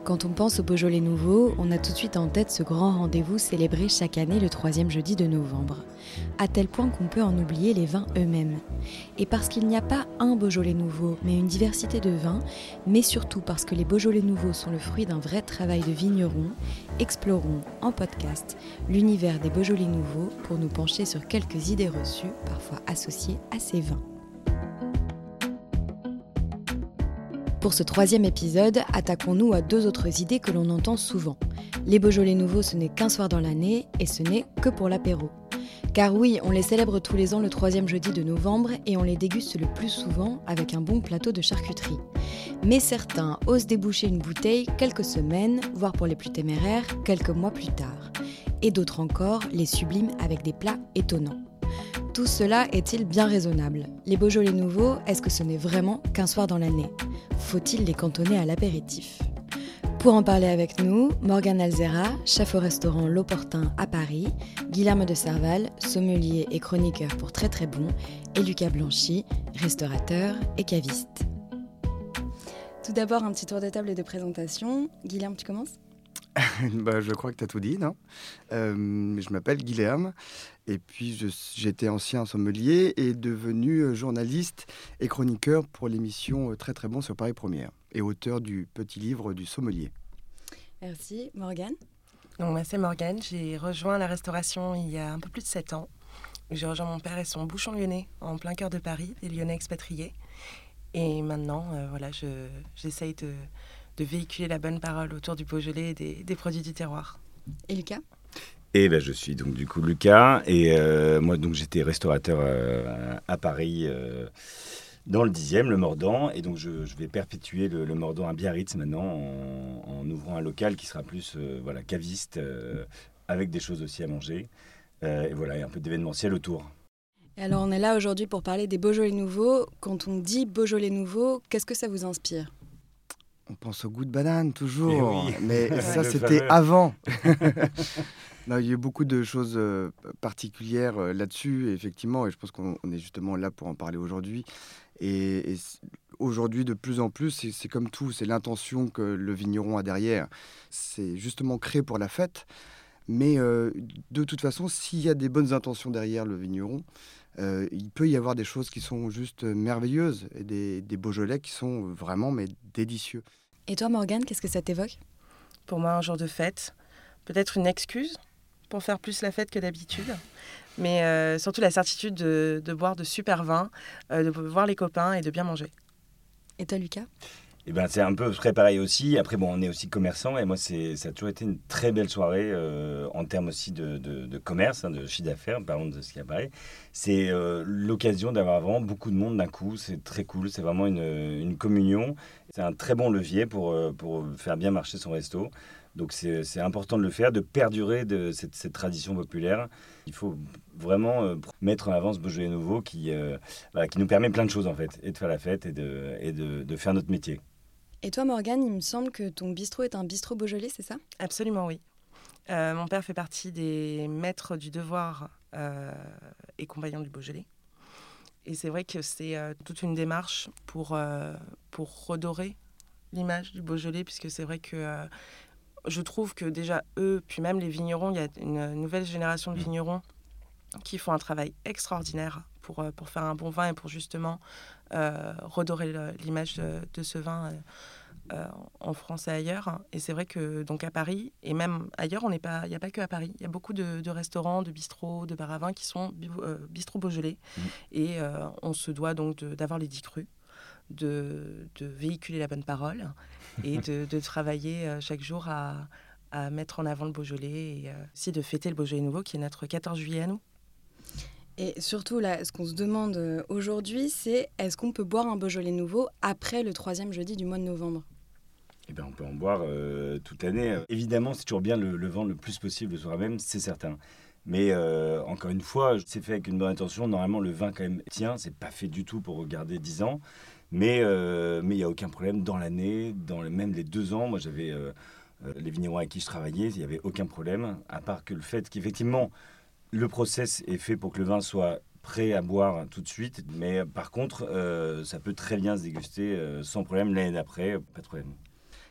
Quand on pense au Beaujolais nouveau, on a tout de suite en tête ce grand rendez-vous célébré chaque année le 3e jeudi de novembre, à tel point qu'on peut en oublier les vins eux-mêmes. Et parce qu'il n'y a pas un Beaujolais nouveau, mais une diversité de vins, mais surtout parce que les Beaujolais nouveaux sont le fruit d'un vrai travail de vignerons, explorons en podcast l'univers des Beaujolais nouveaux pour nous pencher sur quelques idées reçues, parfois associées à ces vins. Pour ce 3e épisode, attaquons-nous à 2 autres idées que l'on entend souvent. Les Beaujolais nouveaux, ce n'est qu'un soir dans l'année et ce n'est que pour l'apéro. Car oui, on les célèbre tous les ans le 3e jeudi de novembre et on les déguste le plus souvent avec un bon plateau de charcuterie. Mais certains osent déboucher une bouteille quelques semaines, voire pour les plus téméraires, quelques mois plus tard. Et d'autres encore les subliment avec des plats étonnants. Tout cela est-il bien raisonnable ? Les Beaujolais nouveaux, est-ce que ce n'est vraiment qu'un soir dans l'année ? Faut-il les cantonner à l'apéritif ? Pour en parler avec nous, Morgane Alzera, chef au restaurant L'Opportun à Paris, Guilherme de Serval, sommelier et chroniqueur pour Très Très Bon, et Lucas Blanchy, restaurateur et caviste. Tout d'abord, un petit tour de table et de présentation. Guilherme, tu commences ? Je crois que tu as tout dit, non ? Je m'appelle Guilherme et puis j'étais ancien sommelier et devenu journaliste et chroniqueur pour l'émission Très Très Bon sur Paris Première et auteur du petit livre du sommelier. Merci. Morgane ? Donc, moi, c'est Morgane. J'ai rejoint la restauration il y a un peu plus de 7 ans. J'ai rejoint mon père et son bouchon lyonnais en plein cœur de Paris, des Lyonnais expatriés. Et maintenant, j'essaye de véhiculer la bonne parole autour du Beaujolais et des produits du terroir. Et Lucas ? Je suis donc du coup Lucas et moi donc j'étais restaurateur à Paris dans le 10e, le Mordant, et donc je vais perpétuer le Mordant à Biarritz maintenant en ouvrant un local qui sera plus caviste avec des choses aussi à manger et un peu d'événementiel autour. Et alors on est là aujourd'hui pour parler des Beaujolais nouveaux. Quand on dit Beaujolais nouveaux, qu'est-ce que ça vous inspire ? On pense au goût de banane, toujours. Oui. Mais ça, c'était avant. Non, il y a eu beaucoup de choses particulières là-dessus, effectivement. Et je pense qu'on est justement là pour en parler aujourd'hui. Et aujourd'hui, de plus en plus, c'est comme tout. C'est l'intention que le vigneron a derrière. C'est justement créé pour la fête. Mais de toute façon, s'il y a des bonnes intentions derrière le vigneron, il peut y avoir des choses qui sont juste merveilleuses et des Beaujolais qui sont vraiment délicieux. Et toi, Morgane, qu'est-ce que ça t'évoque ? Pour moi, un jour de fête, peut-être une excuse pour faire plus la fête que d'habitude, mais surtout la certitude de boire de super vins, de voir les copains et de bien manger. Et toi, Lucas ? C'est un peu très pareil aussi. Après, on est aussi commerçant et moi, ça a toujours été une très belle soirée en termes aussi de commerce, de chiffre d'affaires, par exemple de ce qui apparaît. C'est l'occasion d'avoir vraiment beaucoup de monde d'un coup. C'est très cool. C'est vraiment une communion. C'est un très bon levier pour faire bien marcher son resto. Donc, c'est important de le faire, de perdurer de cette tradition populaire. Il faut vraiment mettre en avant ce Beaujolais nouveau qui nous permet plein de choses, en fait, et de faire la fête et de faire notre métier. Et toi, Morgane, il me semble que ton bistrot est un bistrot Beaujolais, c'est ça ? Absolument, oui. Mon père fait partie des maîtres du devoir et compagnons du Beaujolais. Et c'est vrai que c'est toute une démarche pour redorer l'image du Beaujolais, puisque c'est vrai que je trouve que déjà eux, puis même les vignerons, il y a une nouvelle génération de vignerons qui font un travail extraordinaire pour faire un bon vin et pour justement redorer l'image de ce vin en France et ailleurs. Et c'est vrai que donc à Paris et même ailleurs, il n'y a pas que à Paris. Il y a beaucoup de restaurants, de bistrots, de bars à vin qui sont bistrots Beaujolais. Et on se doit donc d'avoir les 10 crus, de véhiculer la bonne parole et de travailler chaque jour à mettre en avant le Beaujolais et aussi de fêter le Beaujolais nouveau qui est notre 14 juillet à nous. Et surtout, là, ce qu'on se demande aujourd'hui, c'est est-ce qu'on peut boire un Beaujolais nouveau après le 3e jeudi du mois de novembre ? On peut en boire toute l'année. Évidemment, c'est toujours bien le vendre le plus possible le soir même, c'est certain. Mais encore une fois, c'est fait avec une bonne intention. Normalement, le vin, quand même, tient. C'est pas fait du tout pour garder 10 ans. Mais il n'y a aucun problème dans l'année, même les 2 ans. Moi, j'avais les vignerons avec qui je travaillais, il n'y avait aucun problème. À part que le fait qu'effectivement, le process est fait pour que le vin soit prêt à boire tout de suite. Mais par contre, ça peut très bien se déguster sans problème l'année d'après, pas de problème.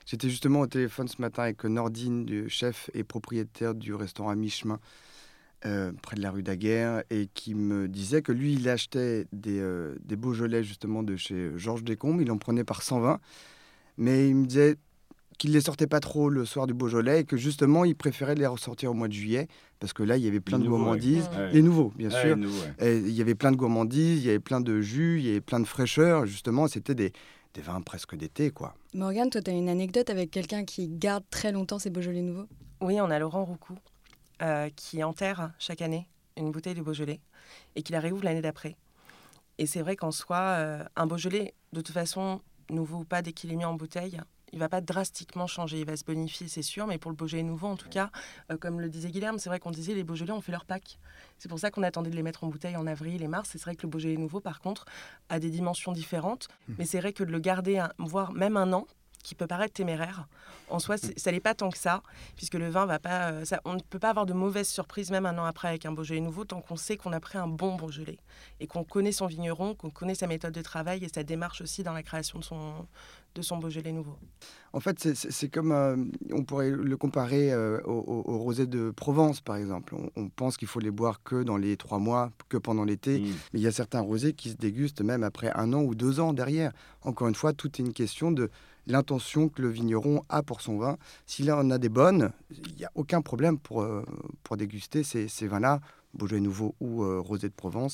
J'étais justement au téléphone ce matin avec Nordine, du chef et propriétaire du restaurant à mi-chemin, près de la rue Daguerre, et qui me disait que lui, il achetait des Beaujolais justement de chez Georges Descombes. Il en prenait par 120, mais il me disait qu'il ne les sortait pas trop le soir du Beaujolais et que justement, il préférait les ressortir au mois de juillet parce que là, il y avait plein Les de nouveaux, gourmandises. ouais. Les nouveaux, bien Ouais, sûr. les nouveaux, ouais. Et il y avait plein de gourmandises, il y avait plein de jus, il y avait plein de fraîcheur. Justement, c'était des vins presque d'été, quoi. Morgane, toi, tu as une anecdote avec quelqu'un qui garde très longtemps ses Beaujolais nouveaux? Oui, on a Laurent Roucou qui enterre chaque année une bouteille de Beaujolais et qui la réouvre l'année d'après. Et c'est vrai qu'en soi, un Beaujolais, de toute façon, nouveau ou pas, dès qu'il est mis en bouteille, il ne va pas drastiquement changer. Il va se bonifier, c'est sûr, mais pour le Beaujolais nouveau, en tout cas, comme le disait Guilherme, c'est vrai qu'on disait les Beaujolais ont fait leur Pâques. C'est pour ça qu'on attendait de les mettre en bouteille en avril et mars. C'est vrai que le Beaujolais nouveau, par contre, a des dimensions différentes. Mais c'est vrai que de le garder, voire même un an, qui peut paraître téméraire, en soi, ça n'est pas tant que ça, puisque le vin va pas... on ne peut pas avoir de mauvaises surprises, même un an après, avec un Beaujolais nouveau, tant qu'on sait qu'on a pris un bon Beaujolais et qu'on connaît son vigneron, qu'on connaît sa méthode de travail et sa démarche aussi dans la création de son Beaujolais nouveau. En fait, c'est comme, on pourrait le comparer au rosé de Provence, par exemple. On pense qu'il faut les boire que dans les 3 mois, que pendant l'été. Mais il y a certains rosés qui se dégustent même après 1 an ou 2 ans derrière. Encore une fois, tout est une question de l'intention que le vigneron a pour son vin. S'il en a des bonnes, il n'y a aucun problème pour déguster ces vins-là, Beaujolais nouveau ou rosé de Provence,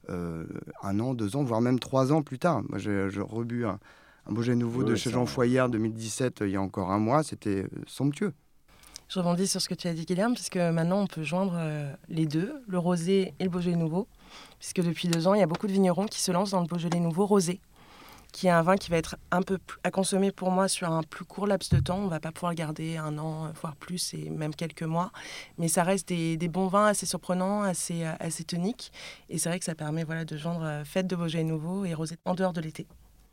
1 an, 2 ans, voire même 3 ans plus tard. Moi, j'ai rebu un Beaujolais nouveau de chez Jean Foyère 2017, il y a encore 1 mois, c'était somptueux. Je rebondis sur ce que tu as dit, Guilherme, puisque maintenant on peut joindre les deux, le rosé et le Beaujolais nouveau, puisque depuis 2 ans, il y a beaucoup de vignerons qui se lancent dans le Beaujolais nouveau rosé, qui est un vin qui va être un peu plus à consommer pour moi sur un plus court laps de temps. On ne va pas pouvoir le garder 1 an, voire plus, et même quelques mois. Mais ça reste des bons vins assez surprenants, assez toniques. Et c'est vrai que ça permet de joindre fête de Beaujolais nouveau et rosé en dehors de l'été.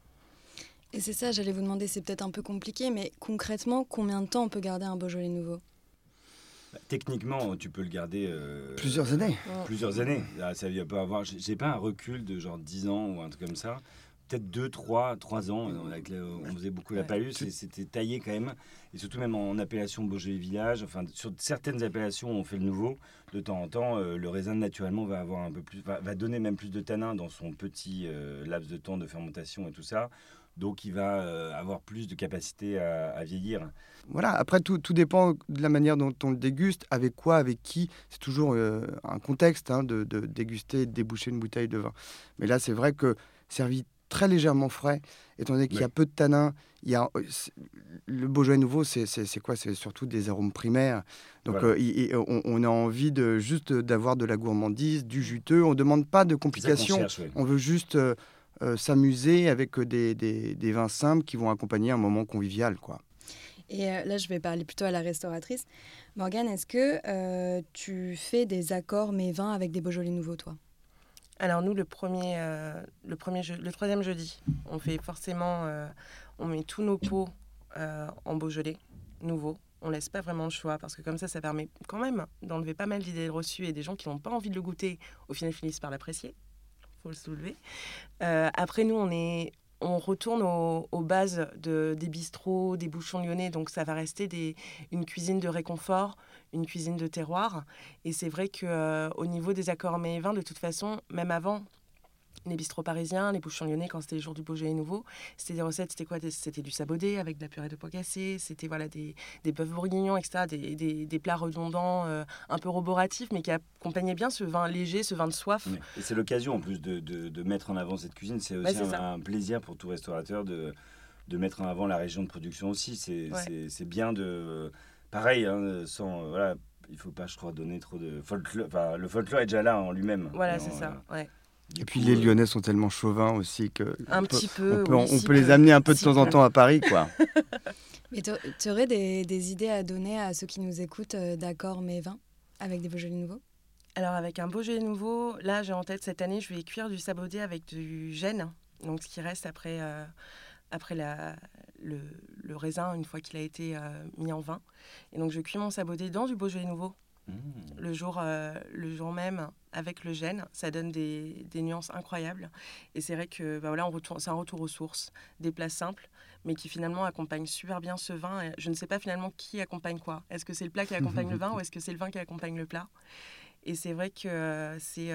Et c'est ça, j'allais vous demander, c'est peut-être un peu compliqué, mais concrètement, combien de temps on peut garder un Beaujolais nouveau ? Techniquement, tu peux le garder... Plusieurs années. Plusieurs années. Là, ça ne va pas avoir... J'ai pas un recul de genre 10 ans ou un truc comme ça. Peut-être 2, 3 ans. On faisait beaucoup la palus et c'était taillé quand même. Et surtout même en appellation Beaujolais Village. Enfin, sur certaines appellations, on fait le nouveau. De temps en temps, le raisin naturellement va avoir un peu plus... va donner même plus de tanin dans son petit laps de temps de fermentation et tout ça. Donc, il va avoir plus de capacité à vieillir. Voilà, après, tout dépend de la manière dont on le déguste, avec quoi, avec qui. C'est toujours un contexte de déguster et de déboucher une bouteille de vin. Mais là, c'est vrai que servi très légèrement frais, étant donné qu'il y a peu de tanin, le Beaujolais nouveau, c'est quoi ? C'est surtout des arômes primaires. Donc, voilà. On a envie juste d'avoir de la gourmandise, du juteux. On ne demande pas de complications. On veut juste... s'amuser avec des vins simples qui vont accompagner un moment convivial, quoi. Et là, je vais parler plutôt à la restauratrice. Morgane, est-ce que tu fais des accords mets vins avec des Beaujolais nouveaux, toi ? Alors nous, le troisième jeudi, on fait forcément, on met tous nos pots en Beaujolais nouveau. On laisse pas vraiment le choix parce que comme ça permet quand même d'enlever pas mal d'idées reçues et des gens qui n'ont pas envie de le goûter, au final finissent par l'apprécier. Faut le soulever. Après, nous, on retourne aux bases des bistrots, des bouchons lyonnais. Donc, ça va rester une cuisine de réconfort, une cuisine de terroir. Et c'est vrai qu'au niveau des accords mets et vins, de toute façon, même avant, les bistrots parisiens, les bouchons lyonnais, quand c'était les jours du Beaujolais nouveau, c'était des recettes, c'était quoi ? C'était du sabodé avec de la purée de pois cassés, c'était des bœufs bourguignons, etc., des plats redondants, un peu roboratifs, mais qui accompagnaient bien ce vin léger, ce vin de soif. Et c'est l'occasion, en plus, de mettre en avant cette cuisine. C'est aussi un plaisir pour tout restaurateur de mettre en avant la région de production aussi. C'est bien de... Pareil, sans... voilà, il ne faut pas, je crois, donner trop de folklore. Enfin, le folklore est déjà là en lui-même. Voilà, c'est ça, ouais. Et puis les Lyonnais sont tellement chauvins aussi que on peut les amener un peu de temps en temps à Paris, quoi. Mais tu aurais des idées à donner à ceux qui nous écoutent d'accords mets vins avec des Beaujolais nouveaux ? Alors avec un Beaujolais nouveau, là j'ai en tête cette année, je vais cuire du sabodé avec du gêne, donc ce qui reste après le raisin une fois qu'il a été mis en vin. Et donc je cuis mon sabodé dans du Beaujolais nouveau. le jour même avec le gène. Ça donne des nuances incroyables. Et c'est vrai que c'est un retour aux sources, des plats simples, mais qui finalement accompagnent super bien ce vin. Et je ne sais pas finalement qui accompagne quoi. Est-ce que c'est le plat qui accompagne le vin ou est-ce que c'est le vin qui accompagne le plat? Et c'est vrai que c'est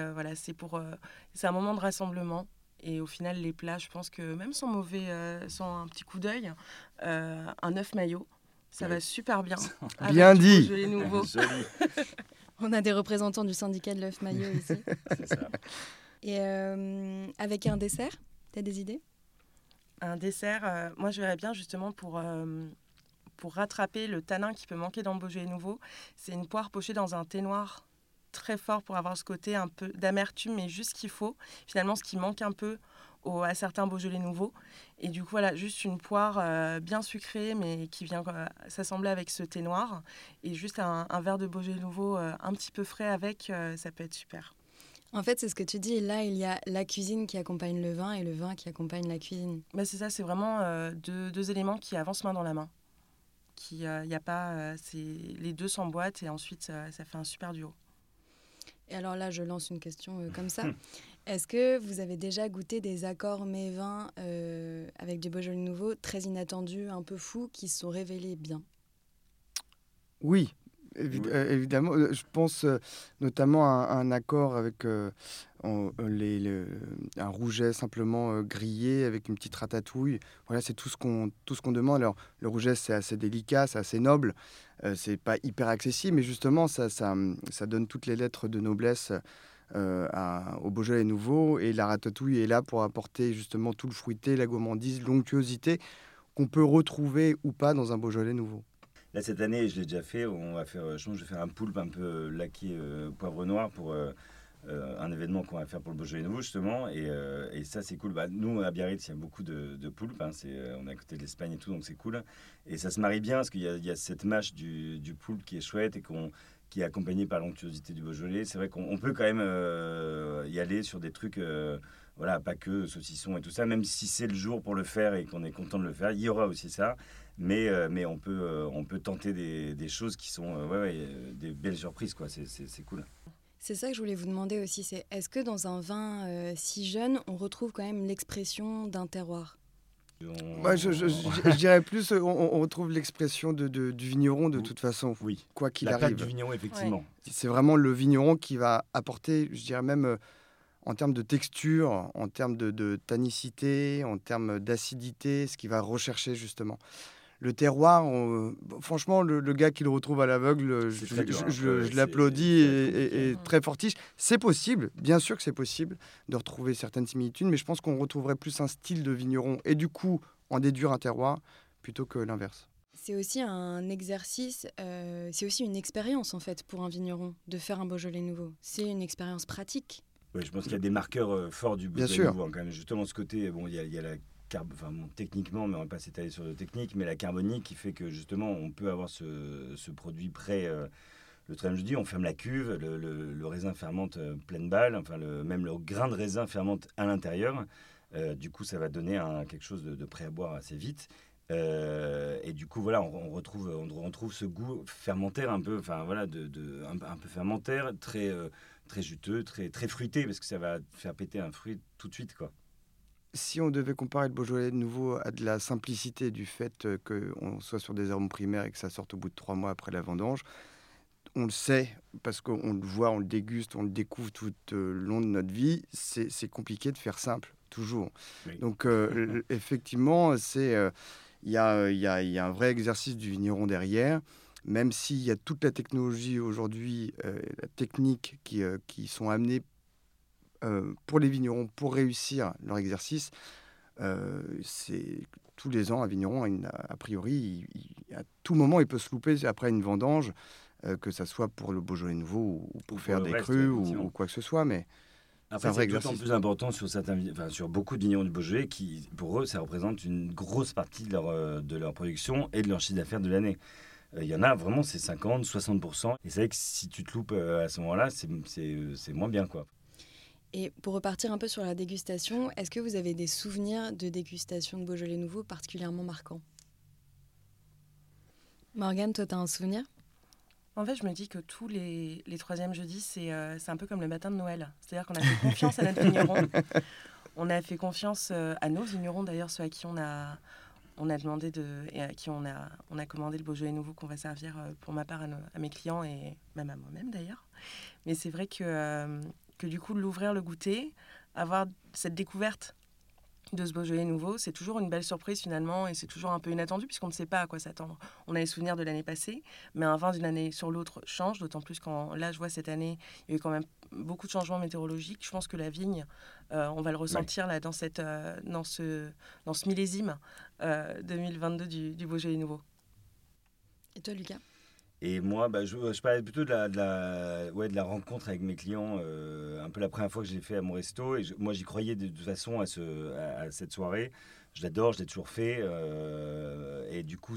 un moment de rassemblement. Et au final, les plats, je pense que même sans un petit coup d'œil, un œuf maillot, ça va super bien. Bien dit. Beaujolais nouveau. Joli. On a des représentants du syndicat de l'œuf maillot ici. C'est ça. Et avec un dessert, tu as des idées? Un dessert, moi je verrais bien justement pour rattraper le tanin qui peut manquer dans le Beaujolais nouveau. C'est une poire pochée dans un thé noir très fort pour avoir ce côté un peu d'amertume, mais juste ce qu'il faut. Finalement, ce qui manque un peu à certains Beaujolais nouveaux. Et du coup, voilà, juste une poire bien sucrée, mais qui vient s'assembler avec ce thé noir. Et juste un verre de Beaujolais nouveau un petit peu frais avec, ça peut être super. En fait, c'est ce que tu dis. Là, il y a la cuisine qui accompagne le vin et le vin qui accompagne la cuisine. Bah, c'est ça, c'est vraiment deux éléments qui avancent main dans la main. Y a pas, les deux s'emboîtent et ensuite, ça fait un super duo. Et alors là, je lance une question comme ça. Est-ce que vous avez déjà goûté des accords mets-vins avec du Beaujolais nouveau, très inattendus, un peu fous, qui se sont révélés bien? Oui, évidemment. Je pense notamment à un accord avec un rouget simplement grillé avec une petite ratatouille. Voilà, c'est tout ce qu'on demande. Alors, le rouget, c'est assez délicat, c'est assez noble. C'est pas hyper accessible, mais justement, ça donne toutes les lettres de noblesse au Beaujolais nouveau. Et la ratatouille est là pour apporter justement tout le fruité, la gourmandise, l'onctuosité qu'on peut retrouver ou pas dans un Beaujolais nouveau. Là, cette année, je l'ai déjà fait. Je vais faire un poulpe un peu laqué poivre noir pour un événement qu'on va faire pour le Beaujolais nouveau, justement. Et ça, c'est cool. Bah, nous, à Biarritz, il y a beaucoup de poulpes. Hein. On est à côté de l'Espagne et tout, donc c'est cool. Et ça se marie bien parce qu'il y a cette mâche du poulpe qui est chouette et qui est accompagnée par l'onctuosité du Beaujolais. C'est vrai qu'on peut quand même y aller sur des trucs... voilà, pas que saucisson et tout ça, même si c'est le jour pour le faire et qu'on est content de le faire, il y aura aussi ça. Mais on peut tenter des choses qui sont des belles surprises, quoi. C'est cool. C'est ça que je voulais vous demander aussi, c'est est-ce que dans un vin si jeune, on retrouve quand même l'expression d'un terroir? Moi, je dirais plus, on retrouve l'expression du vigneron de toute façon, oui. Quoi qu'il La arrive. patte du vigneron, effectivement. Ouais. C'est vraiment le vigneron qui va apporter, je dirais même... en termes de texture, en termes de tannicité, en termes d'acidité, ce qu'il va rechercher justement. Le terroir, franchement, le gars qui le retrouve à l'aveugle, je l'applaudis et très fortiche. C'est possible, bien sûr que c'est possible de retrouver certaines similitudes, mais je pense qu'on retrouverait plus un style de vigneron et du coup en déduire un terroir plutôt que l'inverse. C'est aussi un exercice, c'est aussi une expérience en fait pour un vigneron de faire un Beaujolais nouveau. C'est une expérience pratique. Oui, je pense qu'il y a des marqueurs forts du Bien Beaujolais sûr. nouveau. Hein, quand même. Justement, ce côté, bon, il y a la techniquement, mais on ne va pas s'étaler sur le technique, mais la carbonique qui fait que justement, on peut avoir ce produit prêt. Le troisième jeudi, on ferme la cuve, le raisin fermente pleine balle, même le grain de raisin fermente à l'intérieur. Du coup, ça va donner quelque chose de prêt à boire assez vite. Et du coup, voilà, on retrouve ce goût fermentaire un peu, un peu fermentaire, très juteux, très fruité, parce que ça va faire péter un fruit tout de suite, quoi. Si on devait comparer le Beaujolais nouveau à de la simplicité du fait qu'on soit sur des arômes primaires et que ça sorte au bout de 3 mois après la vendange, on le sait, parce qu'on le voit, on le déguste, on le découvre tout le long de notre vie, c'est compliqué de faire simple, toujours. Oui. Donc, effectivement, il y a un vrai exercice du vigneron derrière, même s'il y a toute la technologie aujourd'hui, la technique qui sont amenées pour les vignerons pour réussir leur exercice. C'est tous les ans un vigneron, a priori, à tout moment, il peut se louper après une vendange, que ça soit pour le Beaujolais nouveau ou pour faire des crus ou quoi que ce soit, mais après, c'est d'autant plus important sur beaucoup de vignerons du Beaujolais qui, pour eux, ça représente une grosse partie de leur production et de leur chiffre d'affaires de l'année. Il y en a vraiment, c'est 50-60%. Et c'est vrai que si tu te loupes à ce moment-là, c'est moins bien, quoi. Et pour repartir un peu sur la dégustation, est-ce que vous avez des souvenirs de dégustation de Beaujolais nouveau particulièrement marquants? Morgane, toi, tu as un souvenir? En fait, je me dis que tous les troisièmes jeudis, c'est un peu comme le matin de Noël. C'est-à-dire qu'on a fait confiance à notre vigneron. On a fait confiance à nos vignerons, d'ailleurs, ceux à qui on a demandé et à qui on a commandé le Beaujolais nouveau qu'on va servir pour ma part à mes clients et même à moi-même, d'ailleurs. Mais c'est vrai que du coup, de l'ouvrir, le goûter, avoir cette découverte de ce Beaujolais nouveau, c'est toujours une belle surprise finalement et c'est toujours un peu inattendu puisqu'on ne sait pas à quoi s'attendre. On a les souvenirs de l'année passée, mais un vin d'une année sur l'autre change, d'autant plus quand là je vois cette année, il y a eu quand même beaucoup de changements météorologiques. Je pense que la vigne, on va le ressentir là dans ce millésime 2022 du Beaujolais nouveau. Et toi Lucas ? Et moi, je parlais plutôt de la rencontre avec mes clients, un peu la première fois que je l'ai fait à mon resto. Et moi, j'y croyais de toute façon à cette soirée. Je l'adore, je l'ai toujours fait. Et du coup,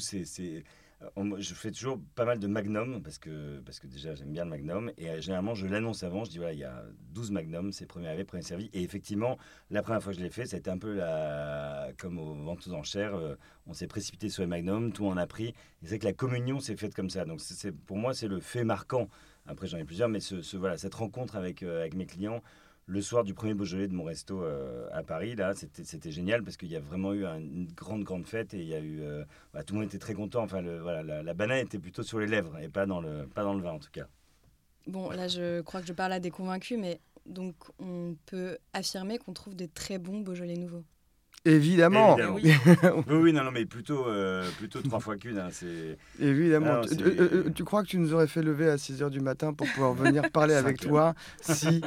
je fais toujours pas mal de magnum parce que déjà, j'aime bien le magnum. Et généralement, je l'annonce avant. Je dis, voilà, il y a 12 magnums, c'est premier arrivé, premier servi. Et effectivement, la première fois que je l'ai fait, ça a été un peu comme aux ventes aux enchères. On s'est précipité sur les magnums, tout en a pris. Et c'est que la communion s'est faite comme ça. Donc, pour moi, c'est le fait marquant. Après, j'en ai plusieurs, mais voilà, cette rencontre avec mes clients, le soir du premier Beaujolais de mon resto à Paris, là, c'était génial parce qu'il y a vraiment eu une grande fête et il y a eu, tout le monde était très content. Enfin, la banane était plutôt sur les lèvres et pas dans le vin en tout cas. Bon, là, je crois que je parle à des convaincus, mais donc on peut affirmer qu'on trouve des très bons Beaujolais nouveaux. Évidemment. Oui, non, mais plutôt 3 fois qu'une. Hein, c'est... Évidemment. Tu crois que tu nous aurais fait lever à 6h du matin pour pouvoir venir parler avec toi si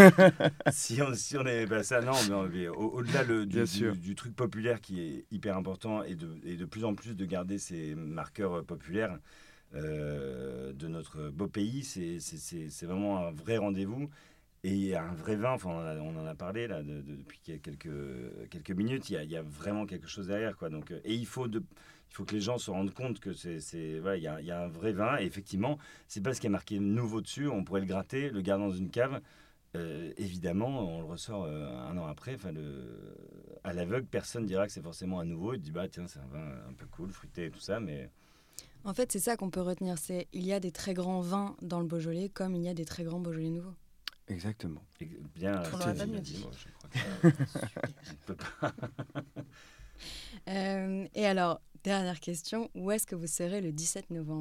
on est ça, non, mais au-delà du truc populaire qui est hyper important et de plus en plus de garder ces marqueurs populaires de notre beau pays, c'est vraiment un vrai rendez-vous. Et il y a un vrai vin, enfin, on en a parlé là, depuis quelques minutes, il y a vraiment quelque chose derrière, quoi. Donc, et il faut que les gens se rendent compte que voilà, il y a un vrai vin. Et effectivement, c'est pas ce qui est marqué nouveau dessus, on pourrait le gratter, le garder dans une cave. Évidemment, on le ressort un an après. À l'aveugle, personne ne dira que c'est forcément un nouveau. Il dit, tiens, c'est un vin un peu cool, fruité et tout ça, mais... En fait, c'est ça qu'on peut retenir, il y a des très grands vins dans le Beaujolais comme il y a des très grands Beaujolais nouveaux. Exactement. Bien, on n'aurait pas mieux dit. Je ne peux pas. Et alors, dernière question, où est-ce que vous serez le 17 novembre ?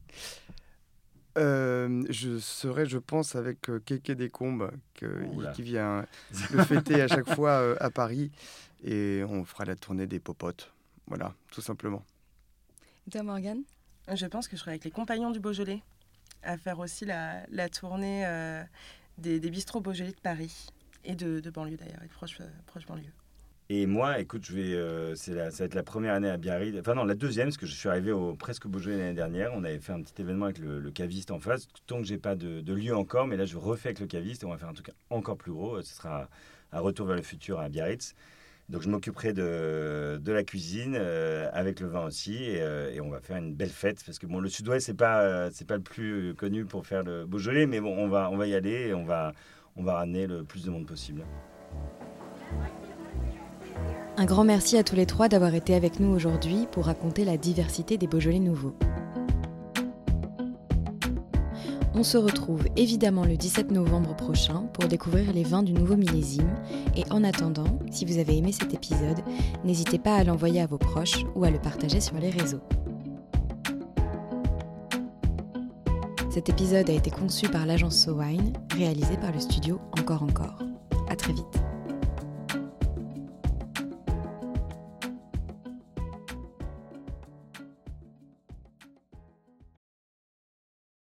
Je serai, je pense, avec Kéké Descombes, qui vient le fêter à chaque fois à Paris. Et on fera la tournée des popotes. Voilà, tout simplement. Et toi, Morgane ? Je pense que je serai avec les compagnons du Beaujolais à faire aussi la tournée des bistrots Beaujolais de Paris et de banlieue d'ailleurs, et de proche banlieue. Et moi, écoute, ça va être la première année à Biarritz, enfin non, la deuxième, parce que je suis arrivé presque au Beaujolais l'année dernière. On avait fait un petit événement avec le caviste en face, tant que j'ai pas de lieu encore, mais là je refais avec le caviste et on va faire un truc encore plus gros. Ce sera un retour vers le futur à Biarritz. Donc je m'occuperai de la cuisine avec le vin aussi et on va faire une belle fête parce que bon, le Sud-Ouest c'est pas le plus connu pour faire le Beaujolais, mais bon on va y aller et on va ramener le plus de monde possible. Un grand merci à tous les trois d'avoir été avec nous aujourd'hui pour raconter la diversité des Beaujolais nouveaux. On se retrouve évidemment le 17 novembre prochain pour découvrir les vins du nouveau millésime. Et en attendant, si vous avez aimé cet épisode, n'hésitez pas à l'envoyer à vos proches ou à le partager sur les réseaux. Cet épisode a été conçu par l'agence So Wine, réalisé par le studio Encore. À très vite.